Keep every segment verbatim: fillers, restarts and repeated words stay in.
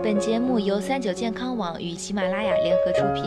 本节目由三九健康网与喜马拉雅联合出品。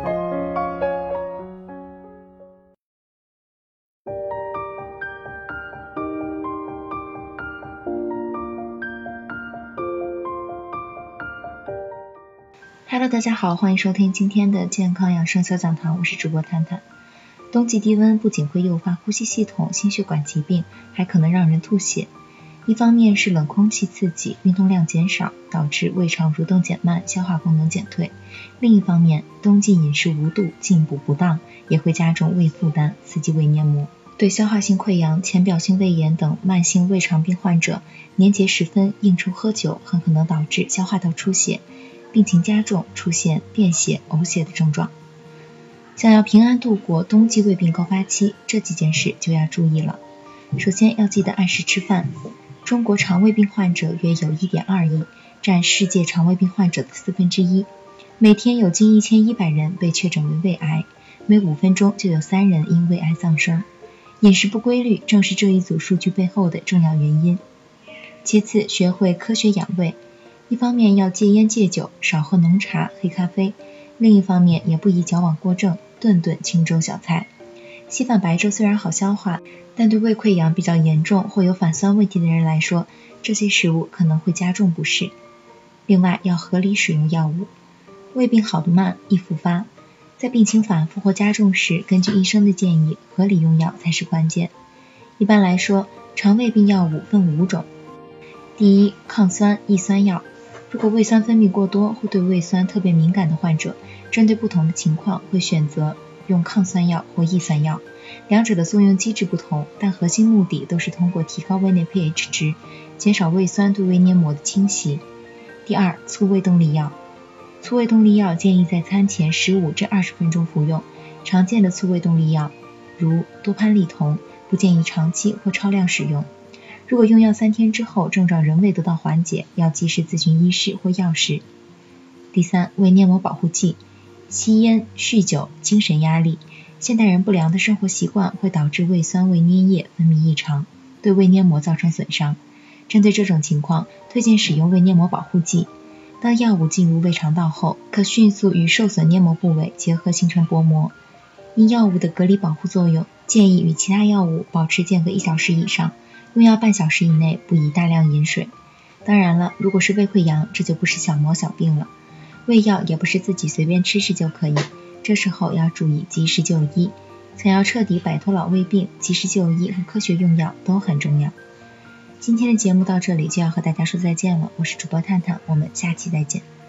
Hello， 大家好，欢迎收听今天的健康养生小讲堂，我是主播探探。冬季低温不仅会诱发呼吸系统、心血管疾病，还可能让人吐血。一方面是冷空气刺激，运动量减少，导致胃肠蠕动减慢，消化功能减退。另一方面，冬季饮食无度、进补不当，也会加重胃负担，刺激胃黏膜。对消化性溃疡、浅表性胃炎等慢性胃肠病患者，年节时分应酬喝酒很可能导致消化道出血，病情加重，出现便血、呕血的症状。想要平安度过冬季胃病高发期，这几件事就要注意了。首先要记得按时吃饭。中国肠胃病患者约有 一点二亿，占世界肠胃病患者的四分之一。每天有近一千一百人被确诊为胃癌，每五分钟就有三人因胃癌丧生。饮食不规律正是这一组数据背后的重要原因。其次，学会科学养胃。一方面要戒烟戒酒，少喝浓茶、黑咖啡；另一方面也不宜矫枉过正，顿顿清粥小菜。稀饭白粥虽然好消化，但对胃溃疡比较严重或有反酸问题的人来说，这些食物可能会加重不适。另外要合理使用药物。胃病好得慢，易复发，在病情反复或加重时，根据医生的建议，合理用药才是关键。一般来说，肠胃病药物分五种。第一，抗酸、抑酸药。如果胃酸分泌过多或对胃酸特别敏感的患者，针对不同的情况会选择用抗酸药或抑酸药，两者的作用机制不同，但核心目的都是通过提高胃内 pH 值，减少胃酸对胃黏膜的侵袭。第二，促胃动力药。促胃动力药建议在餐前十五至二十分钟服用，常见的促胃动力药如多潘利酮，不建议长期或超量使用。如果用药三天之后症状仍未得到缓解，要及时咨询医师或药师。第三，胃黏膜保护剂。吸烟、酗酒、精神压力，现代人不良的生活习惯会导致胃酸、胃粘液分泌异常，对胃黏膜造成损伤。针对这种情况，推荐使用胃黏膜保护剂。当药物进入胃肠道后，可迅速与受损黏膜部位结合形成薄膜。因药物的隔离保护作用，建议与其他药物保持间隔一小时以上，用药半小时以内不宜大量饮水。当然了，如果是胃溃疡，这就不是小毛小病了。胃药也不是自己随便吃吃就可以，这时候要注意及时就医。想要彻底摆脱老胃病，及时就医和科学用药都很重要。今天的节目到这里就要和大家说再见了，我是主播探探，我们下期再见。